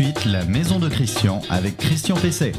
suite la maison de Christian avec Christian Pesset.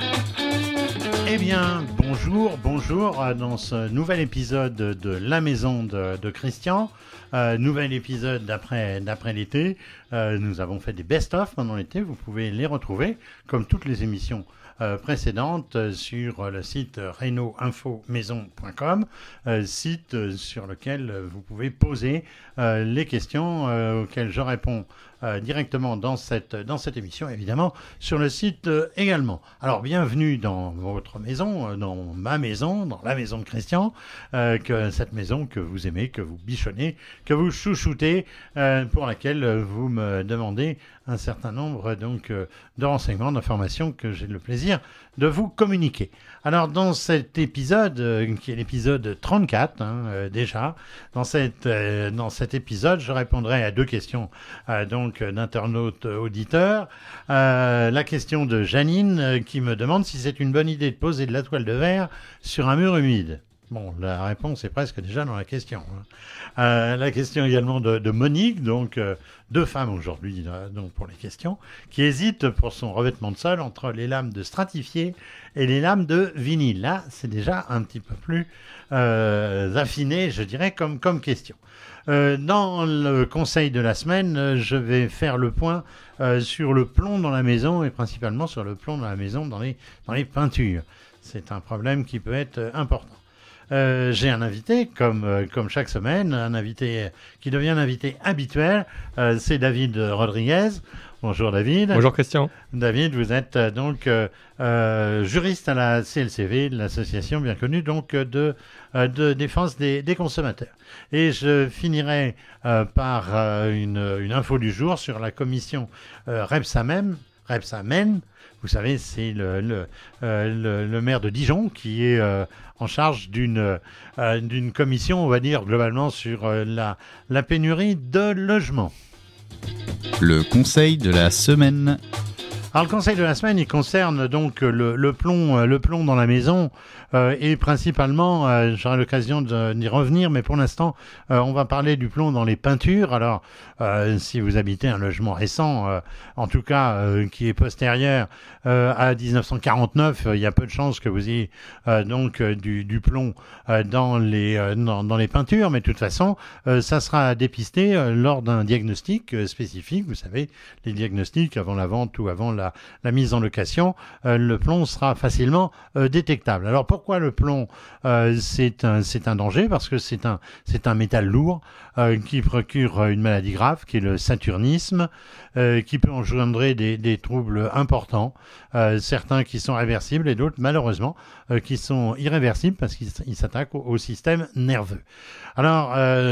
Eh bien, bonjour dans ce nouvel épisode de La Maison de Christian. Nouvel épisode d'après l'été. Nous avons fait des best-of pendant l'été. Vous pouvez les retrouver, comme toutes les émissions précédentes, sur le site reno-info-maison.com, site sur lequel vous pouvez poser les questions auxquelles je réponds directement dans cette émission, évidemment, sur le site également. Alors, bienvenue dans votre maison, dans ma maison, dans la maison de Christian, cette maison que vous aimez, que vous bichonnez, que vous chouchoutez, pour laquelle vous me demandez un certain nombre de renseignements, d'informations que j'ai le plaisir de vous communiquer. Alors, dans cet épisode, qui est l'épisode 34, déjà, dans cet épisode, je répondrai à deux questions d'internautes auditeurs. La question de Janine qui me demande si c'est une bonne idée de poser de la toile de verre sur un mur humide. Bon, la réponse est presque déjà dans la question. La question également de Monique, deux femmes aujourd'hui pour les questions, qui hésitent pour son revêtement de sol entre les lames de stratifié et les lames de vinyle. Là, c'est déjà un petit peu plus affiné, je dirais, comme question. Dans le conseil de la semaine, je vais faire le point sur le plomb dans la maison et principalement sur le plomb dans la maison dans les peintures. C'est un problème qui peut être important. J'ai un invité, comme chaque semaine, un invité qui devient un invité habituel, c'est David Rodriguez. Bonjour David. Bonjour Christian. David, vous êtes juriste à la CLCV, l'association bien connue de défense des consommateurs. Et je finirai par une info du jour sur la commission Rebsamen. Vous savez, c'est le maire de Dijon qui est en charge d'une commission, on va dire, globalement sur la pénurie de logements. Le conseil de la semaine. Alors, le conseil de la semaine, il concerne donc le plomb dans la maison et principalement, j'aurai l'occasion d'y revenir, mais pour l'instant, on va parler du plomb dans les peintures. Alors, si vous habitez un logement récent, en tout cas qui est postérieur à 1949, il y a peu de chances que vous ayez du plomb dans les peintures, mais de toute façon, ça sera dépisté lors d'un diagnostic spécifique. Vous savez, les diagnostics avant la vente ou avant la mise en location, le plomb sera facilement détectable. Alors pourquoi le plomb c'est un danger? Parce que c'est un métal lourd qui procure une maladie grave qui est le saturnisme, qui peut engendrer des troubles importants, certains qui sont réversibles et d'autres malheureusement qui sont irréversibles parce qu'ils s'attaquent au système nerveux. Alors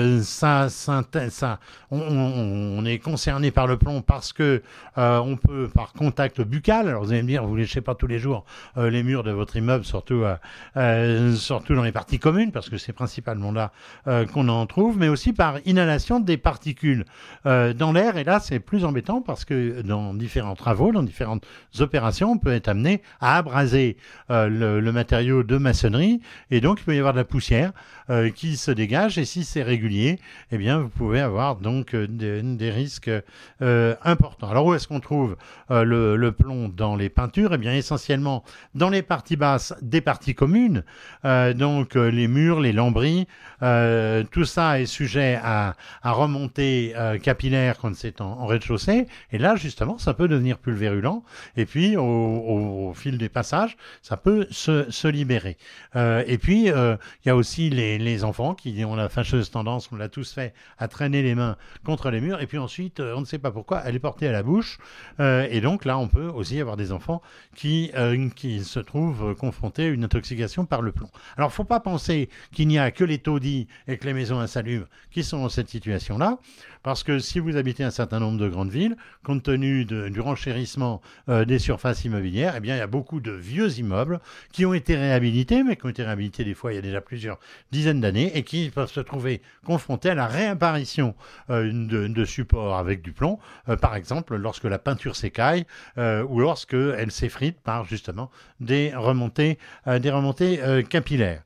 on est concerné par le plomb parce que on peut par contact buccal. Alors vous allez me dire, vous léchez pas tous les jours les murs de votre immeuble, surtout dans les parties communes, parce que c'est principalement là qu'on en trouve, mais aussi par inhalation des particules dans l'air. Et là, c'est plus embêtant parce que dans différents travaux, dans différentes opérations, on peut être amené à abraser le matériau de maçonnerie, et donc il peut y avoir de la poussière qui se dégage, et si c'est régulier, eh bien vous pouvez avoir donc des risques importants. Alors où est-ce qu'on trouve le plomb dans les peintures? Eh bien essentiellement dans les parties basses des parties communes, les murs, les lambris, tout ça est sujet à remontée capillaire quand c'est en rez-de-chaussée, et là justement ça peut devenir pulvérulent, et puis au fil des passages ça peut se libérer. Et puis il y a aussi les enfants qui ont la fâcheuse tendance, on l'a tous fait, à traîner les mains contre les murs, et puis ensuite on ne sait pas pourquoi elle est portée à la bouche, et donc là on peut aussi avoir des enfants qui se trouvent confrontés à une intoxication par le plomb. Alors faut pas penser qu'il n'y a que les taudis et que les maisons insalubres qui sont dans cette situation-là, parce que si vous habitez un certain nombre de grandes villes, compte tenu du renchérissement des surfaces immobilières, eh bien il y a beaucoup de vieux immeubles qui ont été été réhabilités, mais qui ont été réhabilités des fois il y a déjà plusieurs dizaines d'années et qui peuvent se trouver confrontés à la réapparition de supports avec du plomb, par exemple lorsque la peinture s'écaille ou lorsque elle s'effrite par justement des remontées capillaires.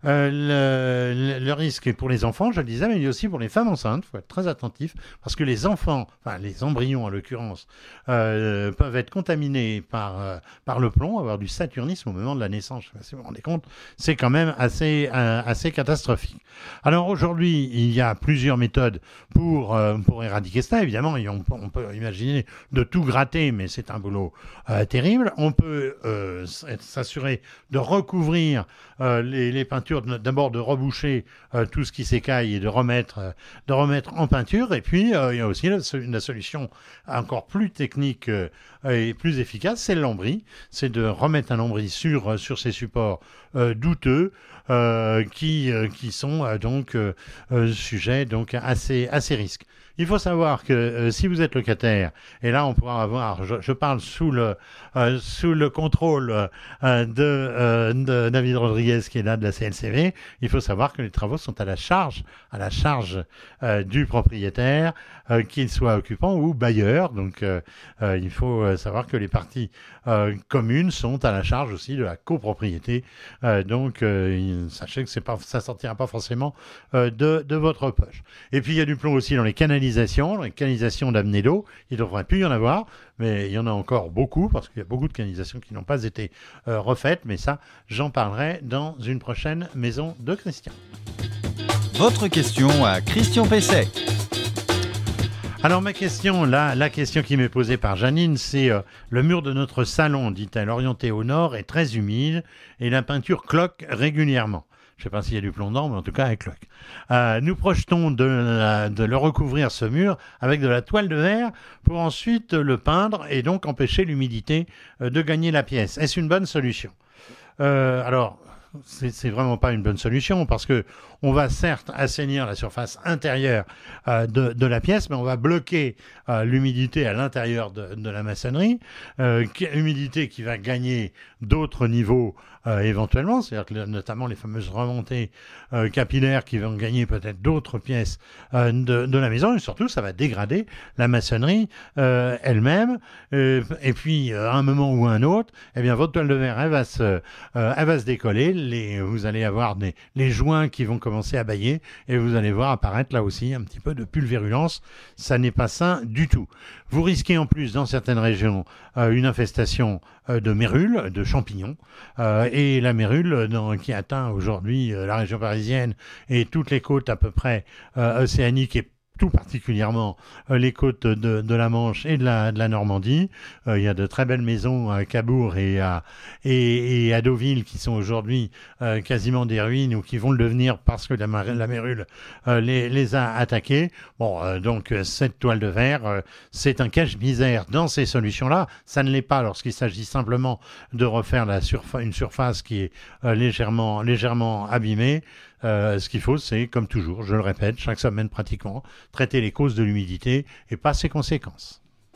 Le risque est pour les enfants, je le disais, mais il est aussi pour les femmes enceintes. Il faut être très attentif parce que les enfants, enfin les embryons en l'occurrence, peuvent être contaminés par le plomb, avoir du saturnisme au moment de la naissance. Je ne sais pas si vous vous rendez compte, c'est quand même assez catastrophique. Alors aujourd'hui, il y a plusieurs méthodes pour éradiquer ça. Évidemment, on peut imaginer de tout gratter, mais c'est un boulot terrible. On peut s'assurer de recouvrir les peintures, d'abord de reboucher tout ce qui s'écaille et de remettre en peinture. Et puis, il y a aussi la solution encore plus technique et plus efficace, c'est le lambris. C'est de remettre un lambris sur ces supports douteux qui sont donc sujets donc à ces risques. Il faut savoir que si vous êtes locataire, et là on pourra avoir, je parle sous le contrôle de David Rodriguez qui est là de la CLCV, il faut savoir que les travaux sont à la charge du propriétaire, qu'il soit occupant ou bailleur. Donc il faut savoir que les parties communes sont à la charge aussi de la copropriété. Donc sachez que ça sortira pas forcément de votre poche. Et puis il y a du plomb aussi dans les canalisations d'amener d'eau. Il ne devrait plus y en avoir, mais il y en a encore beaucoup parce qu'il y a beaucoup de canalisations qui n'ont pas été refaites. Mais ça, j'en parlerai dans une prochaine maison de Christian. Votre question à Christian Pesset. Alors ma question, la question qui m'est posée par Janine, c'est le mur de notre salon, dit-elle, orienté au nord, est très humide et la peinture cloque régulièrement. Je ne sais pas s'il y a du plomb dedans, mais en tout cas, elle cloque. Nous projetons de le recouvrir, ce mur, avec de la toile de verre pour ensuite le peindre et donc empêcher l'humidité de gagner la pièce. Est-ce une bonne solution ? Alors, c'est vraiment pas une bonne solution parce que on va certes assainir la surface intérieure de la pièce, mais on va bloquer l'humidité à l'intérieur de la maçonnerie, humidité qui va gagner d'autres niveaux éventuellement, c'est-à-dire que notamment les fameuses remontées capillaires qui vont gagner peut-être d'autres pièces de la maison, et surtout ça va dégrader la maçonnerie elle-même, et puis à un moment ou à un autre, eh bien votre toile de verre elle va se décoller, vous allez avoir les joints qui vont commencer à bailler et vous allez voir apparaître là aussi un petit peu de pulvérulence. Ça n'est pas sain du tout. Vous risquez en plus dans certaines régions une infestation de mérules, de champignons, et la mérule qui atteint aujourd'hui la région parisienne et toutes les côtes à peu près océaniques et tout particulièrement les côtes de la Manche et de la Normandie. Il y a de très belles maisons à Cabourg et à Deauville qui sont aujourd'hui quasiment des ruines ou qui vont le devenir parce que la mérule les a attaquées. Bon, donc cette toile de verre, c'est un cache-misère dans ces solutions-là. Ça ne l'est pas lorsqu'il s'agit simplement de refaire une surface qui est légèrement abîmée. Ce qu'il faut, c'est, comme toujours, je le répète, chaque semaine pratiquement, traiter les causes de l'humidité et pas ses conséquences.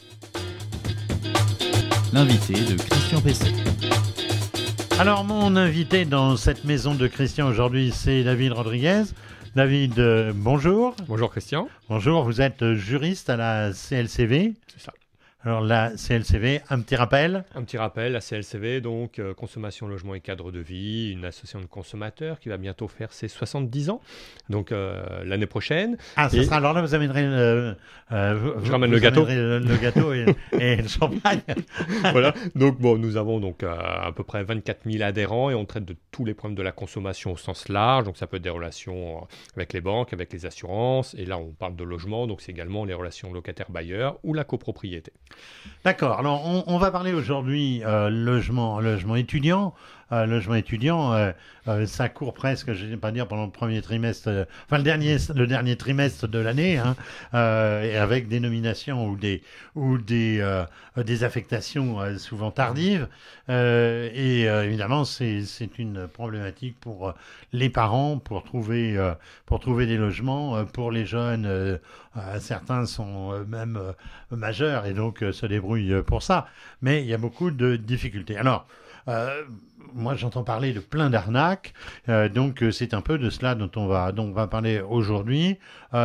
L'invité de Christian Pesset. Alors, mon invité dans cette maison de Christian aujourd'hui, c'est David Rodriguez. David, bonjour. Bonjour Christian. Bonjour, vous êtes juriste à la CLCV. C'est ça. Alors la CLCV, un petit rappel. Un petit rappel, la CLCV, donc Consommation, Logement et Cadre de Vie, une association de consommateurs qui va bientôt faire ses 70 ans, donc l'année prochaine. Ah, ça sera alors là, vous amènerez je ramène le gâteau. Le gâteau et le champagne. Voilà, donc bon, nous avons donc à peu près 24 000 adhérents et on traite de tous les problèmes de la consommation au sens large, donc ça peut être des relations avec les banques, avec les assurances, et là on parle de logement, donc c'est également les relations locataires-bailleurs ou la copropriété. D'accord. Alors, on va parler aujourd'hui logement étudiant. Logement étudiant, ça court presque, je ne vais pas dire pendant le premier trimestre, le dernier trimestre de l'année, hein, et avec des nominations ou des affectations souvent tardives. Et évidemment, c'est une problématique pour les parents pour trouver des logements pour les jeunes. Certains sont même majeurs et donc se débrouillent pour ça. Mais il y a beaucoup de difficultés. Alors, Moi, j'entends parler de plein d'arnaques, donc c'est un peu de cela dont on va parler aujourd'hui.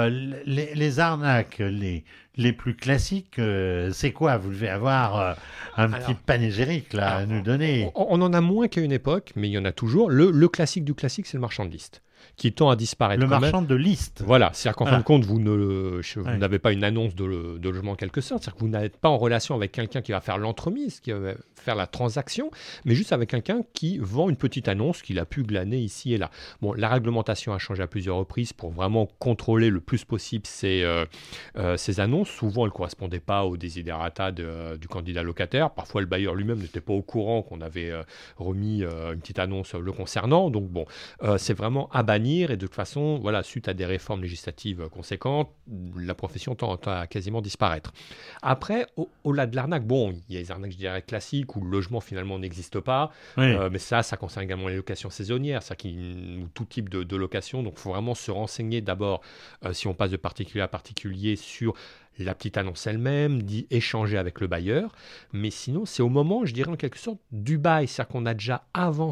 Les arnaques les plus classiques, c'est quoi? Vous devez avoir un petit panégyrique là, à nous donner. On en a moins qu'à une époque, mais il y en a toujours. Le classique du classique, c'est le marchand de liste, qui tend à disparaître. Le quand marchand même. de liste. Voilà, c'est-à-dire qu'en Voilà. fin de compte, vous n'avez pas une annonce de logement en quelque sorte, c'est-à-dire que vous n'êtes pas en relation avec quelqu'un qui va faire l'entremise, qui va faire la transaction, mais juste avec quelqu'un qui vend une petite annonce qu'il a pu glaner ici et là. Bon, la réglementation a changé à plusieurs reprises pour vraiment contrôler le plus possible ces annonces. Souvent, elles ne correspondaient pas aux desiderata du candidat locataire. Parfois, le bailleur lui-même n'était pas au courant qu'on avait remis une petite annonce le concernant. Donc bon, c'est vraiment à bannir, et de toute façon, voilà, suite à des réformes législatives conséquentes, la profession tend à quasiment disparaître. Après, au-delà de l'arnaque, bon, il y a les arnaques, je dirais, classiques où le logement finalement n'existe pas, Oui. mais ça concerne également les locations saisonnières, ou tout type de location. Donc il faut vraiment se renseigner d'abord, si on passe de particulier à particulier, sur la petite annonce elle-même, échanger avec le bailleur. Mais sinon, c'est au moment, je dirais en quelque sorte, du bail. C'est-à-dire qu'on a déjà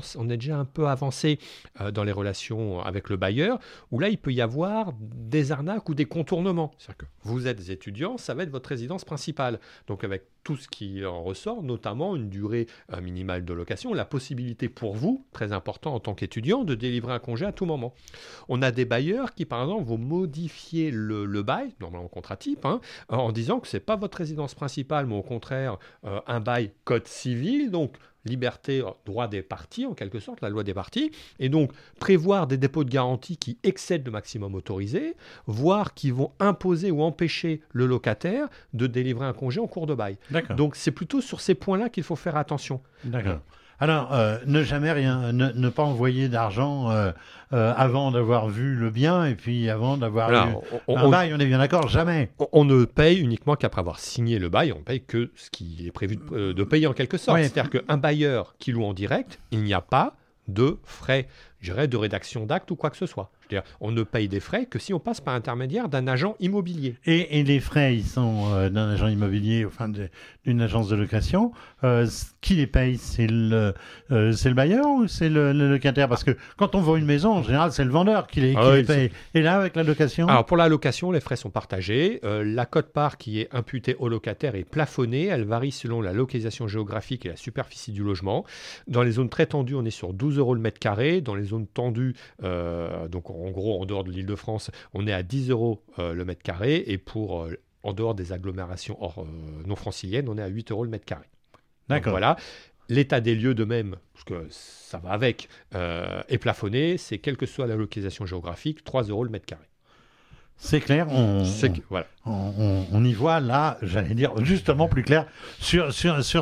un peu avancé dans les relations avec le bailleur, où là, il peut y avoir des arnaques ou des contournements. C'est-à-dire que vous êtes étudiant, ça va être votre résidence principale. Donc avec tout ce qui en ressort, notamment une durée minimale de location, la possibilité pour vous, très important en tant qu'étudiant, de délivrer un congé à tout moment. On a des bailleurs qui, par exemple, vont modifier le bail, normalement contrat type, en disant que ce n'est pas votre résidence principale, mais au contraire un bail code civil, donc liberté, droit des parties, en quelque sorte, la loi des parties, et donc prévoir des dépôts de garantie qui excèdent le maximum autorisé, voire qui vont imposer ou empêcher le locataire de délivrer un congé en cours de bail. D'accord. Donc c'est plutôt sur ces points-là qu'il faut faire attention. D'accord. Alors, ne jamais ne pas envoyer d'argent avant d'avoir vu le bien et puis avant d'avoir Voilà, eu un bail, on est bien d'accord, jamais. On ne paye uniquement qu'après avoir signé le bail, on paye que ce qui est prévu de payer en quelque sorte. Ouais. C'est-à-dire qu'un bailleur qui loue en direct, il n'y a pas de frais, je dirais, de rédaction d'acte ou quoi que ce soit. C'est-à-dire, on ne paye des frais que si on passe par l'intermédiaire d'un agent immobilier. Et les frais, ils sont d'un agent immobilier, enfin d'une agence de location. Qui les paye? C'est le bailleur ou c'est le locataire? Parce que quand on vend une maison, en général, c'est le vendeur qui les paye. Et là, avec la location? Alors, pour la location, les frais sont partagés. La quote-part qui est imputée au locataire est plafonnée. Elle varie selon la localisation géographique et la superficie du logement. Dans les zones très tendues, on est sur 12 € le mètre carré. Dans les zones tendues, donc en gros, en dehors de l'Île-de-France, on est à 10 € le mètre carré. Et en dehors des agglomérations non franciliennes, on est à 8 € le mètre carré. D'accord. Donc, voilà. L'état des lieux de même, parce que ça va avec, est plafonné. C'est quelle que soit la localisation géographique, 3 € le mètre carré. C'est clair, Voilà. on y voit là, j'allais dire justement plus clair, sur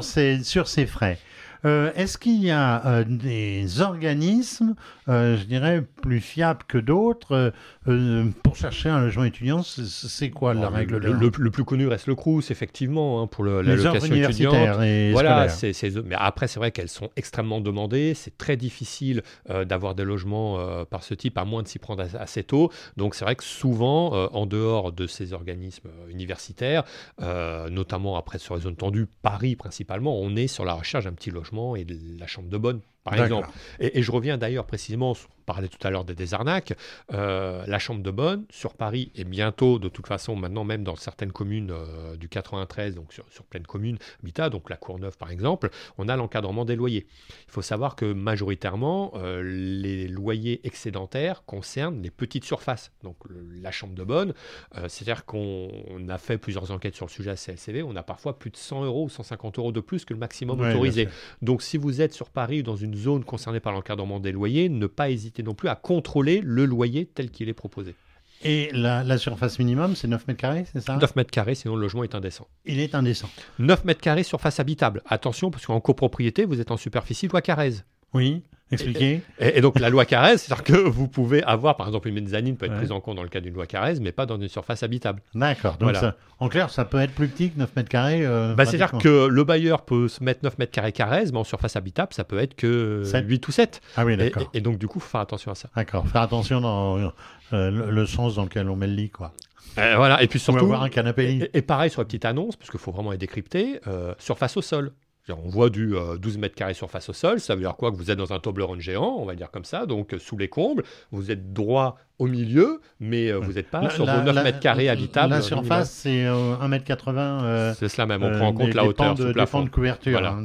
ces frais. Est-ce qu'il y a des organismes, je dirais, plus fiables que d'autres pour chercher un logement étudiant? C'est quoi la règle le plus connu reste le Crous, effectivement, pour la les location offres universitaires étudiante. et Voilà, scolaires. mais après, c'est vrai qu'elles sont extrêmement demandées. C'est très difficile d'avoir des logements par ce type, à moins de s'y prendre assez tôt. Donc, c'est vrai que souvent, en dehors de ces organismes universitaires, notamment après sur les zones tendues, Paris principalement, on est sur la recherche d'un petit logement et de la chambre de bonne, par exemple. Et je reviens d'ailleurs précisément, on parlait tout à l'heure des arnaques, la chambre de bonne sur Paris et bientôt, de toute façon, maintenant même dans certaines communes du 93, donc sur pleine commune, habitat, donc la Courneuve par exemple, on a l'encadrement des loyers. Il faut savoir que majoritairement, les loyers excédentaires concernent les petites surfaces. Donc la chambre de bonne, c'est-à-dire qu'on a fait plusieurs enquêtes sur le sujet à CLCV, on a parfois plus de 100 € ou 150 € de plus que le maximum autorisé. Donc si vous êtes sur Paris dans une zone concernée par l'encadrement des loyers, ne pas hésiter non plus à contrôler le loyer tel qu'il est proposé. Et la surface minimum, c'est 9 mètres carrés, c'est ça? 9 mètres carrés, sinon le logement est indécent. Il est indécent. 9 mètres carrés, surface habitable. Attention, parce qu'en copropriété, vous êtes en superficie loi Carrez. Oui, expliquez. Et donc la loi Carrez, c'est-à-dire que vous pouvez avoir, par exemple, une mezzanine peut être prise en compte dans le cadre d'une loi Carrez, mais pas dans une surface habitable. D'accord. Donc Voilà. en clair, ça peut être plus petit que 9 mètres carrés. C'est-à-dire que le bailleur peut se mettre 9 mètres carrés Carrez, mais en surface habitable, ça peut être que 8 ou 7. Ah oui, d'accord. Et donc du coup, il faut faire attention à ça. D'accord. Faire attention dans le sens dans lequel on met le lit, quoi. Voilà. Et puis surtout, avoir un canapé lit. Et pareil sur la petite annonce, parce qu'il faut vraiment les décrypter, surface au sol. On voit du 12 mètres carrés surface au sol, ça veut dire quoi? Que vous êtes dans un Toblerone géant, on va dire comme ça, donc sous les combles, vous êtes droit au milieu, mais vous n'êtes pas sur vos 9 mètres carrés habitables. La surface, c'est 1,80 m. C'est cela même, on prend en compte la hauteur sous plafond. De couverture, voilà.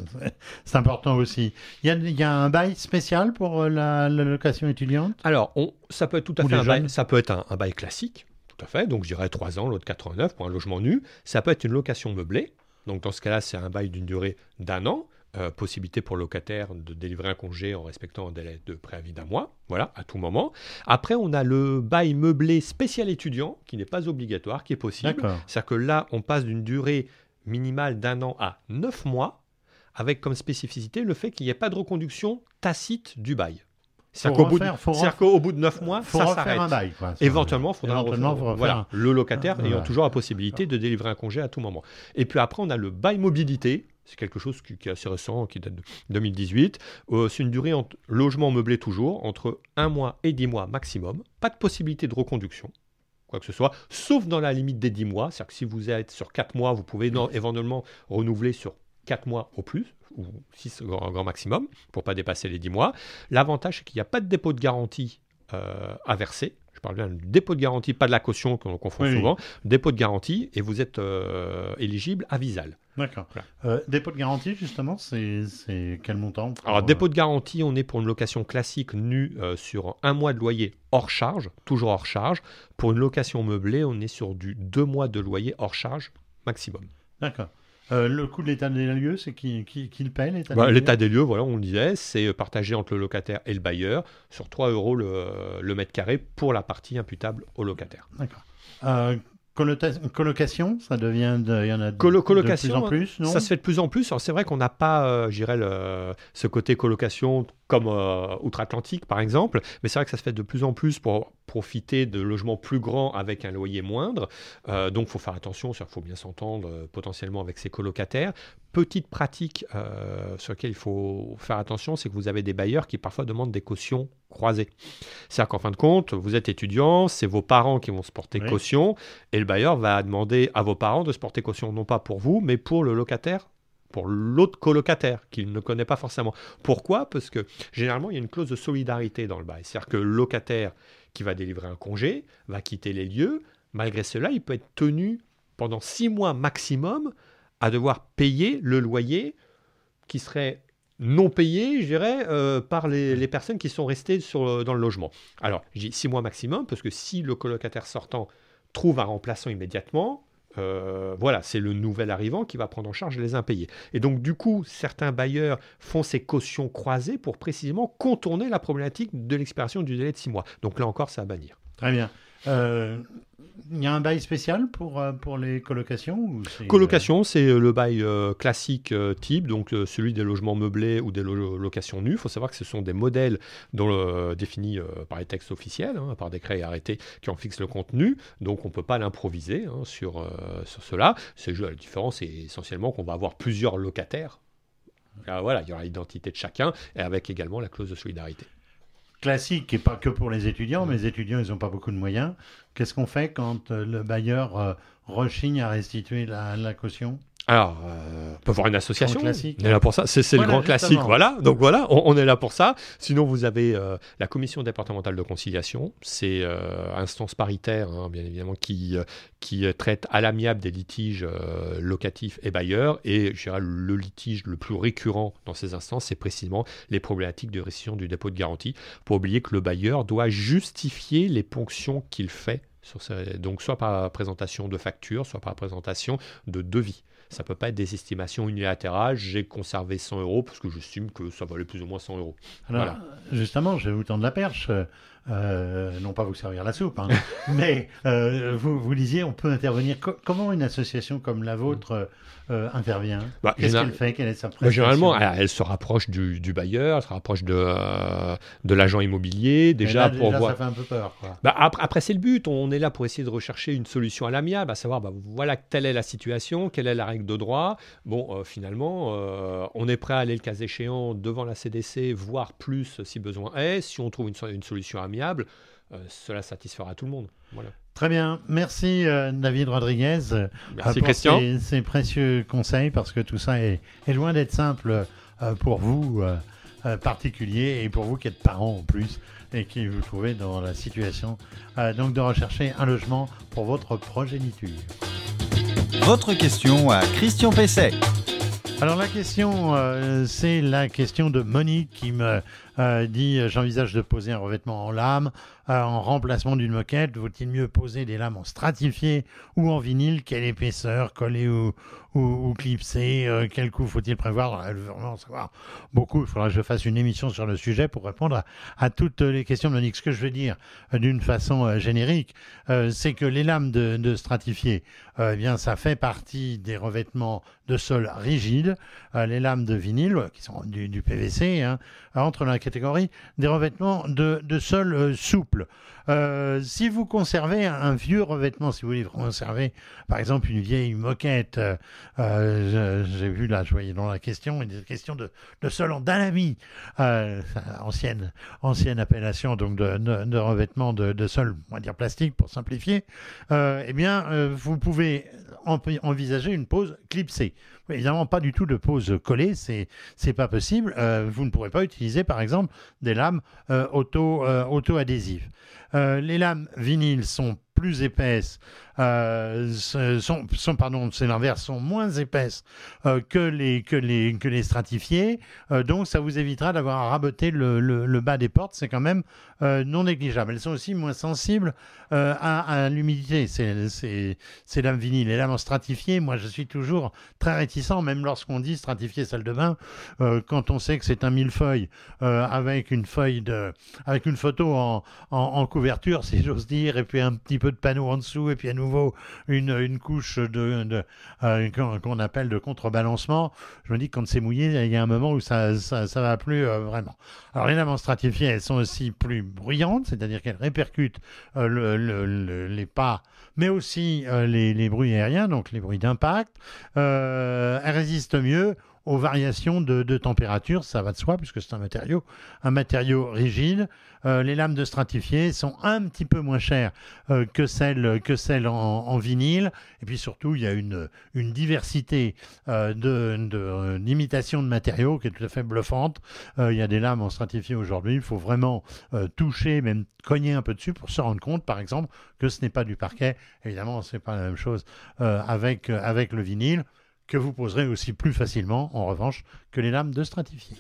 C'est important aussi. Il y a un bail spécial pour la location étudiante? Alors, ça peut être tout à Ou fait les un bail, jeunes? ça peut être un bail classique, tout à fait, donc je dirais 3 ans, l'autre 89 pour un logement nu. Ça peut être une location meublée, donc dans ce cas-là, c'est un bail d'une durée d'1 an. Possibilité pour le locataire de délivrer un congé en respectant un délai de préavis d'1 mois, voilà, à tout moment. Après, on a le bail meublé spécial étudiant, qui n'est pas obligatoire, qui est possible. D'accord. C'est-à-dire que là, on passe d'une durée minimale d'1 an à 9 mois, avec comme spécificité le fait qu'il n'y ait pas de reconduction tacite du bail. C'est-à-dire qu'au bout de 9 mois, ça s'arrête. Un bail, quoi. Éventuellement, il faudra refaire le locataire ayant toujours la possibilité de délivrer un congé à tout moment. Et puis après, on a le bail mobilité. C'est quelque chose qui est assez récent, qui date de 2018. C'est une durée en logement meublé toujours, entre 1 mois et 10 mois maximum. Pas de possibilité de reconduction, quoi que ce soit, sauf dans la limite des 10 mois. C'est-à-dire que si vous êtes sur 4 mois, vous pouvez éventuellement renouveler sur 4 mois au plus, ou 6 grand maximum, pour ne pas dépasser les 10 mois. L'avantage, c'est qu'il n'y a pas de dépôt de garantie à verser. Je parle bien du dépôt de garantie, pas de la caution qu'on confond souvent. Dépôt de garantie, et vous êtes éligible à Visal. D'accord. Voilà. Dépôt de garantie, justement, c'est quel montant Alors, dépôt de garantie, on est pour une location classique nue sur 1 mois de loyer hors charge, toujours hors charge. Pour une location meublée, on est sur du 2 mois de loyer hors charge maximum. D'accord. Le coût de l'état des lieux, c'est qui le paie, l'état des lieux? L'état des lieux, voilà, on le disait, c'est partagé entre le locataire et le bailleur sur 3 € le mètre carré pour la partie imputable au locataire. D'accord. Colocation, ça devient il y en a de colocation, plus en plus, non? Ça se fait de plus en plus. Alors c'est vrai qu'on n'a pas, ce côté colocation comme outre-Atlantique par exemple, mais c'est vrai que ça se fait de plus en plus pour profiter de logements plus grands avec un loyer moindre. Donc il faut faire attention, il faut bien s'entendre potentiellement avec ses colocataires. Petite pratique sur laquelle il faut faire attention, c'est que vous avez des bailleurs qui parfois demandent des cautions croisées. C'est-à-dire qu'en fin de compte, vous êtes étudiant, c'est vos parents qui vont se porter caution, et le bailleur va demander à vos parents de se porter caution, non pas pour vous, mais pour le locataire, pour l'autre colocataire qu'il ne connaît pas forcément. Pourquoi? Parce que généralement, il y a une clause de solidarité dans le bail. C'est-à-dire que le locataire qui va délivrer un congé va quitter les lieux. Malgré cela, il peut être tenu pendant 6 mois maximum à devoir payer le loyer qui serait non payé, je dirais, par les personnes qui sont restées dans le logement. Alors, j'ai 6 mois maximum, parce que si le colocataire sortant trouve un remplaçant immédiatement, voilà, c'est le nouvel arrivant qui va prendre en charge les impayés. Et donc, du coup, certains bailleurs font ces cautions croisées pour précisément contourner la problématique de l'expiration du délai de 6 mois. Donc là encore, c'est à bannir. Très bien. Il y a un bail spécial pour les colocations ou Colocation, c'est le bail classique type, donc celui des logements meublés ou des locations nues. Il faut savoir que ce sont des modèles définis par les textes officiels, par décret et arrêtés qui en fixent le contenu. Donc on ne peut pas l'improviser sur cela. La différence est essentiellement qu'on va avoir plusieurs locataires. Voilà, il y aura l'identité de chacun et avec également la clause de solidarité. Classique et pas que pour les étudiants, mais les étudiants, ils n'ont pas beaucoup de moyens. Qu'est-ce qu'on fait quand le bailleur rechigne à restituer la caution? Alors, on peut voir une association, on est là pour ça, c'est le grand classique, voilà, donc voilà, on est là pour ça. Sinon, vous avez la commission départementale de conciliation, c'est instance paritaire, bien évidemment, qui traite à l'amiable des litiges locatifs et bailleurs, et je dirais, le litige le plus récurrent dans ces instances, c'est précisément les problématiques de rescission du dépôt de garantie. Pour oublier que le bailleur doit justifier les ponctions qu'il fait, donc soit par présentation de facture, soit par présentation de devis. Ça ne peut pas être des estimations unilatérales. J'ai conservé 100 € parce que j'estime que ça valait plus ou moins 100 €. Alors, voilà. Justement, je vais vous tendre la perche. Non pas vous servir la soupe, mais vous disiez on peut intervenir. Comment une association comme la vôtre intervient? Qu'est-ce qu'elle fait? Quelle est sa prestation? Généralement, elle se rapproche du bailleur, elle se rapproche de l'agent immobilier. Déjà, pour voir. Ça fait un peu peur, quoi. Après, c'est le but. On est là pour essayer de rechercher une solution à l'amiable, à savoir, voilà, telle est la situation, quelle est la règle de droit. Bon, finalement, on est prêt à aller, le cas échéant, devant la CDC, voir plus si besoin est. Si on trouve une solution amiable, cela satisfera tout le monde. Voilà. Très bien, merci David Rodriguez Merci pour Christian. ces précieux conseils, parce que tout ça est loin d'être simple pour vous particuliers, et pour vous qui êtes parents en plus et qui vous trouvez dans la situation donc de rechercher un logement pour votre progéniture. Votre question à Christian Pesset. Alors la question, c'est la question de Monique qui me dit j'envisage de poser un revêtement en lame en remplacement d'une moquette. Vaut-il mieux poser des lames en stratifié ou en vinyle? Quelle épaisseur, collée ou clipsée? Quel coût faut-il prévoir? Elle veut vraiment en savoir beaucoup. Il faudra que je fasse une émission sur le sujet pour répondre à toutes les questions de Monique. Ce que je veux dire d'une façon générique, c'est que les lames de stratifié, eh bien, ça fait partie des revêtements de sol rigides. Les lames de vinyle, qui sont du PVC, entrent dans la catégorie des revêtements de sol souple. Si vous conservez un vieux revêtement, si vous voulez conserver par exemple une vieille moquette, j'ai vu là, je voyais dans la question, une question de sol en dalami, ancienne appellation donc de revêtement de sol, on va dire plastique pour simplifier, eh bien vous pouvez envisager une pose clipsée. Évidemment, pas du tout de pose collée, c'est pas possible. Vous ne pourrez pas utiliser, par exemple, des lames auto-adhésives. Les lames vinyles sont plus épaisses, c'est l'inverse, sont moins épaisses que les stratifiés. Donc, ça vous évitera d'avoir à raboter le bas des portes. C'est quand même non négligeable. Elles sont aussi moins sensibles à l'humidité. Ces lames vinyles. Les lames en stratifié, moi, je suis toujours très réticent, même lorsqu'on dit stratifié salle de bain, quand on sait que c'est un millefeuille avec une photo en couverture, si j'ose dire, et puis un petit peu de panneau en dessous, et puis à nouveau une couche qu'on appelle de contrebalancement. Je me dis que quand c'est mouillé, il y a un moment où ça va plus vraiment. Alors les lames en stratifié, elles sont aussi plus bruyantes, c'est-à-dire qu'elles répercutent les pas, mais aussi les bruits aériens, donc les bruits d'impact. Elles résistent mieux aux variations de température, ça va de soi, puisque c'est un matériau rigide. Les lames de stratifié sont un petit peu moins chères que celles en vinyle. Et puis surtout, il y a une diversité d'imitations de matériaux qui est tout à fait bluffante. Il y a des lames en stratifié aujourd'hui. Il faut vraiment toucher, même cogner un peu dessus pour se rendre compte, par exemple, que ce n'est pas du parquet. Évidemment, ce n'est pas la même chose avec le vinyle, que vous poserez aussi plus facilement, en revanche, que les lames de stratifié.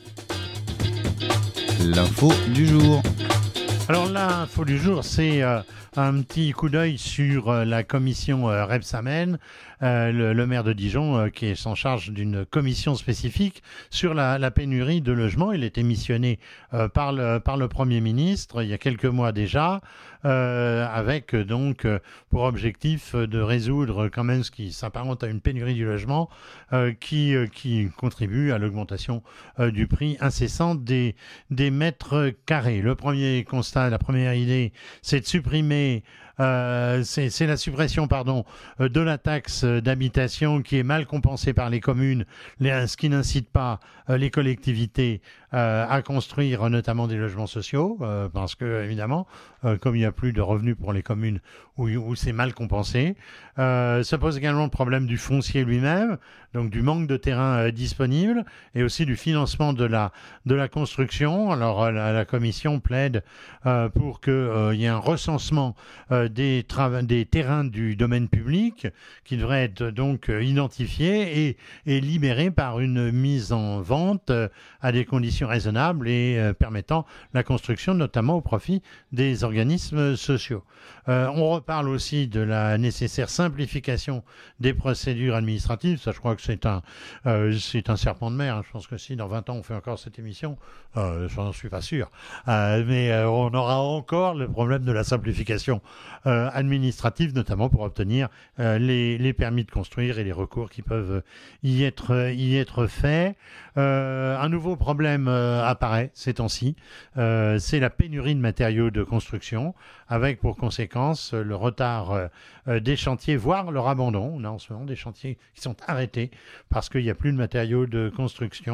L'info du jour. Alors l'info du jour, c'est un petit coup d'œil sur la commission Rebsamen, le maire de Dijon qui est en charge d'une commission spécifique sur la pénurie de logements. Il était missionné par le Premier ministre il y a quelques mois déjà, avec donc pour objectif de résoudre quand même ce qui s'apparente à une pénurie du logement qui contribue à l'augmentation du prix incessant des mètres carrés. Le premier constat, la première idée, c'est de supprimer c'est la suppression de la taxe d'habitation qui est mal compensée par les communes, ce qui n'incite pas les collectivités à construire notamment des logements sociaux, parce que évidemment, comme il n'y a plus de revenus pour les communes où c'est mal compensé, se pose également le problème du foncier lui-même, donc du manque de terrain disponible, et aussi du financement de la construction. Alors la commission plaide pour qu'il y ait un recensement des terrains du domaine public qui devraient être donc identifiés et libérés par une mise en vente à des conditions raisonnables et permettant la construction notamment au profit des organismes sociaux. On reparle aussi de la nécessaire simplification des procédures administratives. Ça, je crois que c'est un serpent de mer. Je pense que si dans 20 ans on fait encore cette émission, je n'en suis pas sûr. Mais on aura encore le problème de la simplification administrative, notamment pour obtenir les permis de construire et les recours qui peuvent y être faits. Un nouveau problème apparaît ces temps-ci, c'est la pénurie de matériaux de construction, avec pour conséquence le retard des chantiers, voire leur abandon. On a en ce moment des chantiers qui sont arrêtés parce qu'il n'y a plus de matériaux de construction.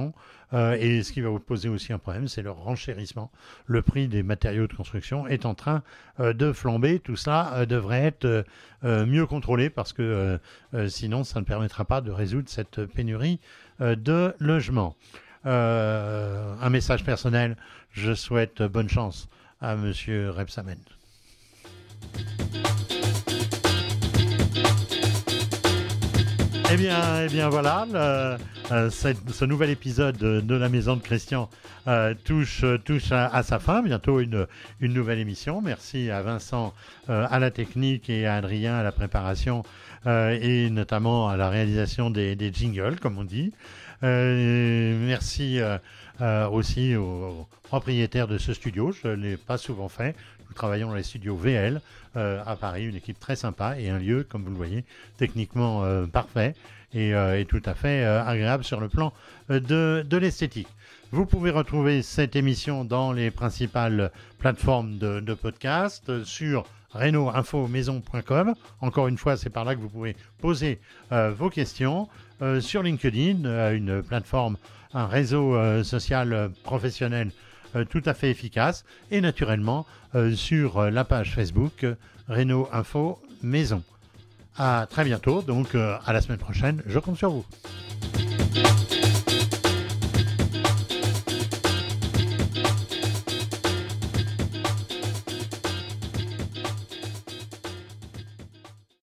Et ce qui va vous poser aussi un problème, c'est le renchérissement. Le prix des matériaux de construction est en train de flamber. Tout ça devrait être mieux contrôlé parce que sinon, ça ne permettra pas de résoudre cette pénurie de logements. Un message personnel, je souhaite bonne chance à Monsieur Rebsamen. Eh bien voilà, ce nouvel épisode de la Maison de Christian touche à sa fin. Bientôt une nouvelle émission. Merci à Vincent à la technique et à Adrien à la préparation et notamment à la réalisation des jingles, comme on dit. Merci aussi aux propriétaires de ce studio. Je ne l'ai pas souvent fait. Nous travaillons dans les studios VL à Paris, une équipe très sympa et un lieu, comme vous le voyez, techniquement parfait et tout à fait agréable sur le plan de l'esthétique. Vous pouvez retrouver cette émission dans les principales plateformes de podcast, sur reno-info-maison.com. Encore une fois, c'est par là que vous pouvez poser vos questions. Sur LinkedIn, une plateforme, un réseau social professionnel tout à fait efficace. Et naturellement, sur la page Facebook Reno Info Maison. À très bientôt, donc à la semaine prochaine, je compte sur vous.